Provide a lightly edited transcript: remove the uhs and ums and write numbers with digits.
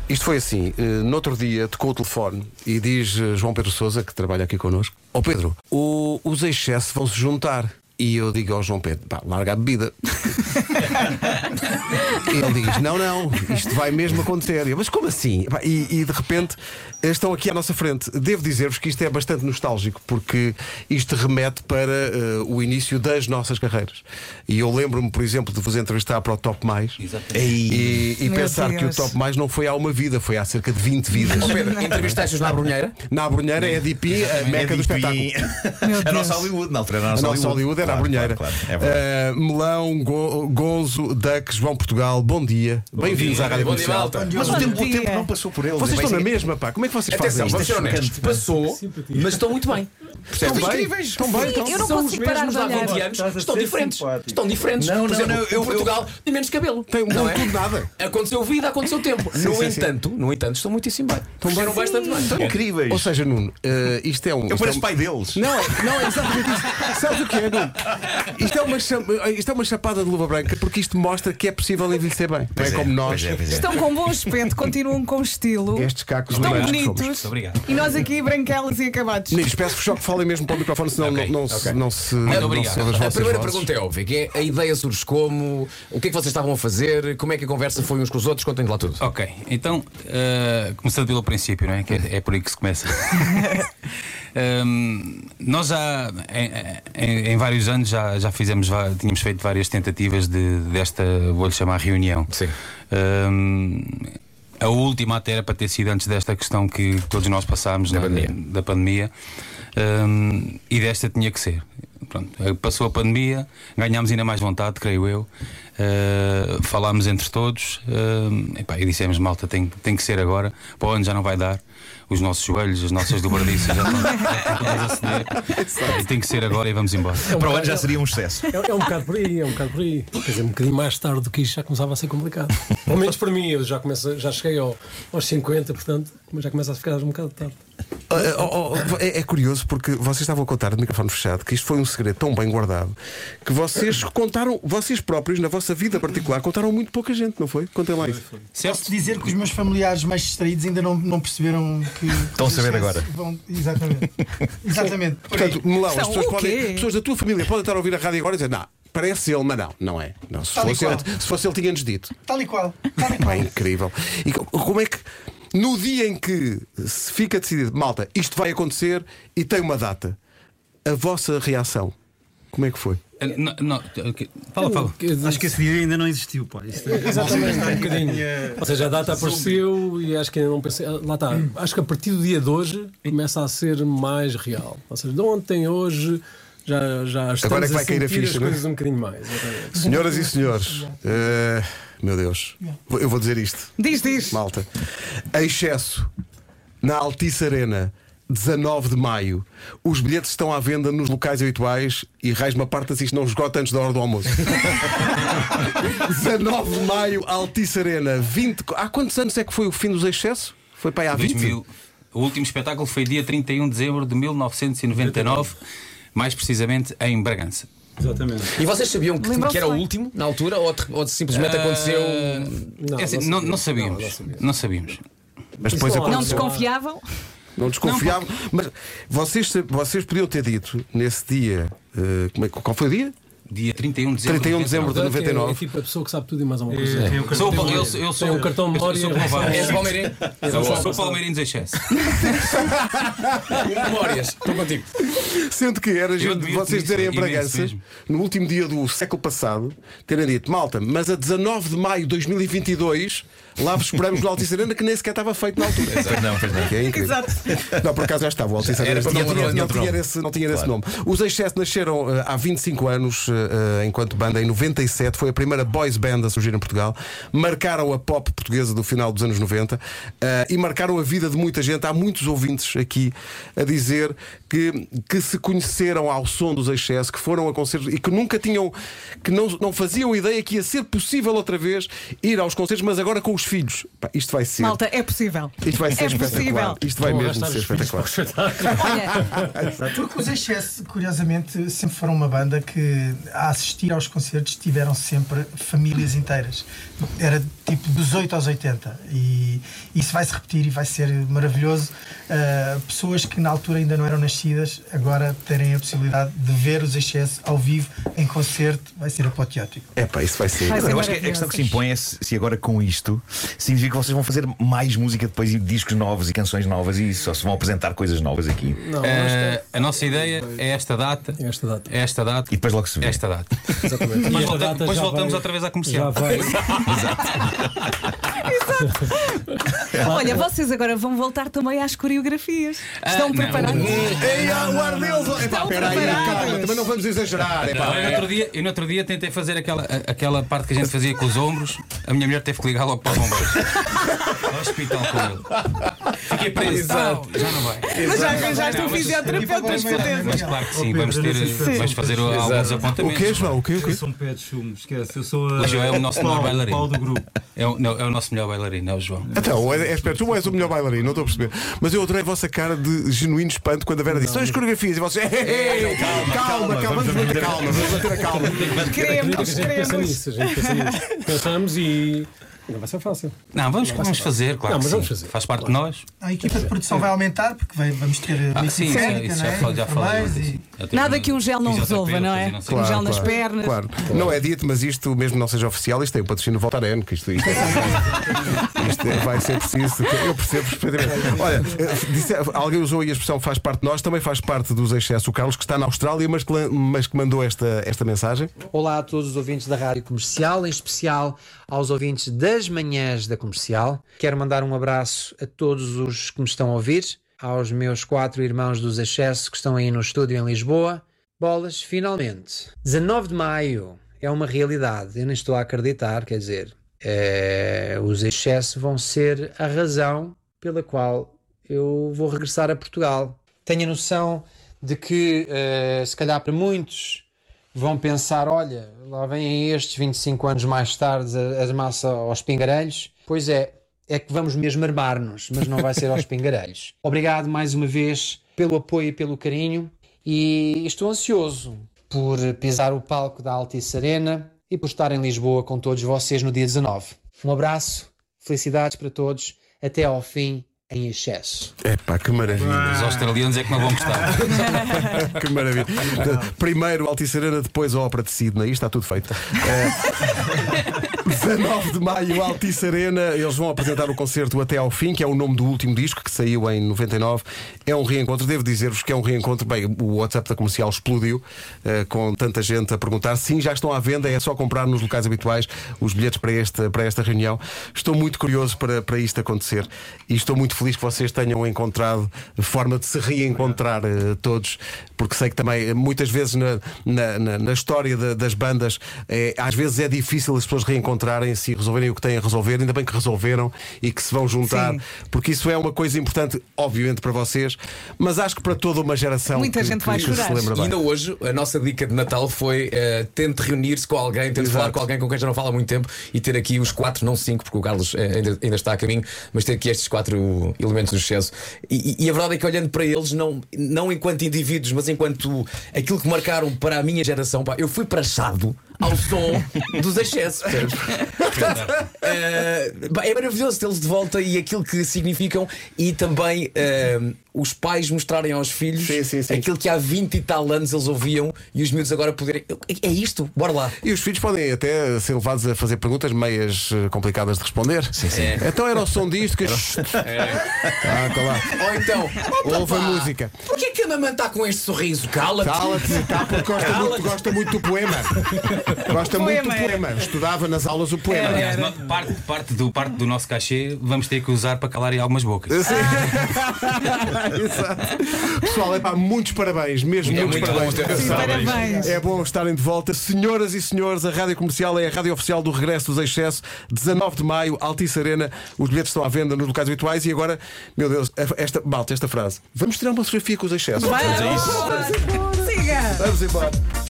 Isto foi assim, no outro dia tocou o telefone e diz João Pedro Sousa, que trabalha aqui connosco: ó Pedro, os excessos vão se juntar. E eu digo ao João Pedro: pá, larga a bebida. E ele diz: não, isto vai mesmo acontecer. Eu, mas como assim? E de repente estão aqui à nossa frente. Devo dizer-vos que isto é bastante nostálgico, porque isto remete para o início das nossas carreiras. E eu lembro-me, por exemplo, de vos entrevistar para o Top Mais e pensar que o Top Mais não foi há uma vida, foi há cerca de 20 vidas. Oh, Pedro, entrevistaste-os na Abrunheira? Na Abrunheira é a DP, a meca do espetáculo. A nossa Hollywood, na altura era a nossa Hollywood, era a Abrunheira. Claro, é Melão, Gonzo, Duck, João Portugal, bom dia. Bem-vindos à Rádio Comercial. Mas o tempo não passou por eles. Vocês estão na mesma, pá. Como é que vocês Atenção, fazem vamos ser honestos. isto? Passou, mas estão muito bem. Estão incríveis. Estão bem. Eu não São os consigo parar mesmos de de há olhar. 20 anos. Estão diferentes. Estão diferentes. Não, Por não, exemplo, não, o Portugal tem menos cabelo. Tem não é? tudo nada. Aconteceu vida, aconteceu tempo. No entanto, estão muitíssimo bem. Estão bastante bem. Estão incríveis. Ou seja, Nuno, isto é um. Eu pareço pai deles. Não, é exatamente isso. Sabes o que é, Nuno? Isto é uma chapada de luva branca, porque isto mostra que é possível envelhecer bem. Não é como nós. Estão com bom aspecto, continuam com estilo. Estes cacos Estão humanos que somos. bonitos. Obrigado. E nós aqui branquelas e acabados. Meninos, peço-vos só que falem mesmo para o microfone, senão não se. Muito obrigado. ouve as A vossas primeira vozes. pergunta é óbvia, que é: a ideia surge como? O que é que vocês estavam a fazer? Como é que a conversa foi uns com os outros? Contem-me lá tudo. Ok, então, começando pelo princípio, não é? Que é por aí que se começa. Nós já, em vários anos, já fizemos, tínhamos feito várias tentativas desta, vou-lhe chamar, reunião. Sim. A última até era para ter sido antes desta questão que todos nós passámos da pandemia. E desta tinha que ser. Pronto, passou a pandemia, ganhámos ainda mais vontade, creio eu. Falámos entre todos e dissemos: malta, tem que ser agora. Para o ano já não vai dar. Os nossos joelhos, as nossas dobradiças já estão todas a ceder. E tem que ser agora e vamos embora. Para o ano já seria um sucesso. É um bocado por aí, Quer dizer, um bocadinho mais tarde do que isto já começava a ser complicado. Pelo menos para mim, eu já cheguei aos 50, portanto, mas já começa a ficar um bocado tarde. É curioso porque vocês estavam a contar de microfone fechado que isto foi um segredo tão bem guardado que vocês contaram, vocês próprios, na vossa vida particular, contaram muito pouca gente, não foi? Contem lá isso. Posso dizer que os meus familiares mais distraídos ainda não perceberam que. Estão a saber agora. Exatamente. Portanto, Melão, as São o quê? pessoas da tua família podem estar a ouvir a rádio agora e dizer: não, parece ele, mas não é. Não, se fosse ele, tinha-nos dito. Tal e qual. É incrível. E como é que, no dia em que se fica decidido, malta, isto vai acontecer e tem uma data, a vossa reação, como é que foi? Fala. Acho que esse dia ainda não existiu, pá. Exatamente, um bocadinho. Ou seja, a data apareceu e acho que ainda não pensei. Lá está. Acho que a partir do dia de hoje começa a ser mais real. Ou seja, de ontem, hoje. Já estamos Agora é que vai cair a sentir ficha, as não é? coisas um bocadinho mais. Exatamente. Senhoras e senhores, meu Deus, eu vou dizer isto. Diz. Malta, excesso na Altice Arena, 19 de maio. Os bilhetes estão à venda nos locais habituais e raiz uma parte se isto não esgota antes da hora do almoço. 19 de maio, Altice Arena, 20. Há quantos anos é que foi o fim dos excessos? Foi para aí há 20? 2000. O último espetáculo foi dia 31 de dezembro de 1999, mais precisamente em Bragança. Exatamente. E vocês sabiam que era o bem. último na altura ou simplesmente aconteceu? Não sabíamos. Mas depois Não desconfiavam? Não desconfiavam. Mas vocês podiam ter dito nesse dia. Qual foi o dia? Dia 31 de dezembro 31 de dezembro de É 99. tipo a pessoa que sabe tudo e mais alguma coisa. Eu sou um cartão de memória. És Palmeirense? Eu sou palmeirense de excesso. Memórias. Estou contigo. Sendo que era Eu gente admito vocês isso, dizerem em imenso Bragança, mesmo. no último dia do século passado, terem dito: malta, mas a 19 de maio de 2022 lá vos esperamos no Altice Arena, que nem sequer estava feito na altura. Pois não. Que é incrível. Exato. Não, por acaso já estava. O Altice Arena não tinha esse nome. Os Excessos nasceram há 25 anos, enquanto banda. Em 97 foi a primeira boys band a surgir em Portugal. Marcaram a pop portuguesa do final dos anos 90 e marcaram a vida de muita gente. Há muitos ouvintes aqui a dizer que se conheceram ao som dos Excessos, que foram a concertos e que nunca tinham, que não faziam ideia que ia ser possível outra vez ir aos concertos, mas agora com os filhos. Pá, isto vai ser. Malta, é possível. Isto vai ser É espetacular. possível. Isto vai mesmo ser espetacular. Olha, Porque os Excessos, curiosamente, sempre foram uma banda que a assistir aos concertos tiveram sempre famílias inteiras. Era tipo dos 8 aos 80 e isso vai se repetir e vai ser maravilhoso. Pessoas que na altura ainda não eram nascidas agora terem a possibilidade de ver os Excesso ao vivo em concerto, vai ser apoteótico. Isso vai ser. Eu acho que a questão que se impõe é se agora com isto significa que vocês vão fazer mais música depois e discos novos e canções novas e isso, ou se vão apresentar coisas novas aqui. Não, a nossa ideia é esta data. Esta data. E depois logo se vê. Esta data. Exatamente. Depois voltamos outra vez à comercial. Já vai. Exato. Olha, vocês agora vão voltar também às coreografias. Estão preparados? Estão preparados. Também não vamos exagerar. Eu no outro dia tentei fazer aquela parte que a gente fazia com os ombros. A minha mulher teve que ligar logo para os bombeiros. Ao hospital com ele. Fiquei preso. Exato. Já não vai. Mas já arranjaste um fisioterapeuta, com certeza. Mas claro que sim, vamos fazer alguns apontamentos. O quê, João? Eu sou um pé de chumbo, esquece. Eu sou O João é o nosso melhor pau bailarino. do grupo. É o nosso melhor bailarino, é o João. Então, tu és o melhor bailarino, não estou a perceber. Mas eu adorei a vossa cara de genuíno espanto quando a Vera disse: são as coreografias. E vocês, calma, vamos manter a calma. Queremos. Pensamos e não vai ser fácil. Não, vamos fazer, claro. Não, mas que vamos sim. fazer. Faz parte de nós. A equipa de produção vai aumentar porque vamos ter Sim, médica, isso não é? já falei. Enfermeiros Nada que um gel não resolva, não é? Um gel nas pernas. Claro. Não é dito, mas isto, mesmo não seja oficial, isto tem o patrocínio Voltaren, que isto vai ser preciso. Eu percebo perfeitamente. Olha, alguém usou aí a expressão faz parte de nós, também faz parte dos Excesso o Carlos, que está na Austrália, mas que mandou esta mensagem. Olá a todos os ouvintes da Rádio Comercial, em especial aos ouvintes das manhãs da Comercial. Quero mandar um abraço a todos os que me estão a ouvir, aos meus 4 irmãos dos Excesso que estão aí no estúdio em Lisboa. Bolas, finalmente. 19 de maio é uma realidade. Eu nem estou a acreditar, quer dizer, os Excesso vão ser a razão pela qual eu vou regressar a Portugal. Tenho a noção de que, se calhar para muitos, vão pensar, olha, lá vêm estes 25 anos mais tarde a massa aos pingarelhos. Pois é que vamos mesmo armar-nos, mas não vai ser aos pingarelhos. Obrigado mais uma vez pelo apoio e pelo carinho e estou ansioso por pisar o palco da Altice Arena e por estar em Lisboa com todos vocês no dia 19. Um abraço, felicidades para todos, até ao fim em excesso. Epá, que maravilha. Os australianos é que não vão gostar. Que maravilha. Primeiro Altice Arena, depois a Ópera de Sydney. Isto está tudo feito. 19 de maio, Altice Arena. Eles vão apresentar o concerto Até ao Fim, que é o nome do último disco que saiu em 99. É um reencontro. Devo dizer-vos que é um reencontro. Bem, o WhatsApp da Comercial explodiu com tanta gente a perguntar. Sim, já estão à venda. É só comprar nos locais habituais os bilhetes para esta reunião. Estou muito curioso para isto acontecer e estou muito feliz que vocês tenham encontrado forma de se reencontrar todos, porque sei que também muitas vezes na história das bandas às vezes é difícil as pessoas reencontrarem-se e resolverem o que têm a resolver. Ainda bem que resolveram e que se vão juntar. Sim. Porque isso é uma coisa importante, obviamente para vocês, mas acho que para toda uma geração. Muita gente vai chorar. E ainda hoje a nossa dica de Natal foi tente reunir-se com alguém, tente falar com alguém com quem já não fala há muito tempo e ter aqui os 4, não 5, porque o Carlos ainda está a caminho, mas ter aqui estes 4 elementos do excesso. E a verdade é que olhando para eles, não enquanto indivíduos, mas enquanto aquilo que marcaram para a minha geração, pá, eu fui prachado ao som dos excessos. Portanto, é maravilhoso tê-los de volta e aquilo que significam, e também os pais mostrarem aos filhos sim. Aquilo que há 20 e tal anos eles ouviam e os miúdos agora poderem. É isto, bora lá. E os filhos podem até ser levados a fazer perguntas meias complicadas de responder. Sim. Então era o som disto que. Tá lá. Ou então, ouve a música. Porquê que a mamãe está com este sorriso? Cala-te, porque gosta muito do poema. Gosta muito do poema. Estudava nas aulas o poema. Aliás, parte do nosso cachê vamos ter que usar para calar aí algumas bocas. Exato. Pessoal, muitos parabéns, mesmo muitos parabéns. Parabéns. É bom estarem de volta. Senhoras e senhores, a Rádio Comercial é a rádio oficial do regresso dos Excesso. 19 de maio, Altice Arena. Os bilhetes estão à venda nos locais habituais. E agora, meu Deus, esta frase. Vamos tirar uma fotografia com os Excesso. Siga. Vamos embora.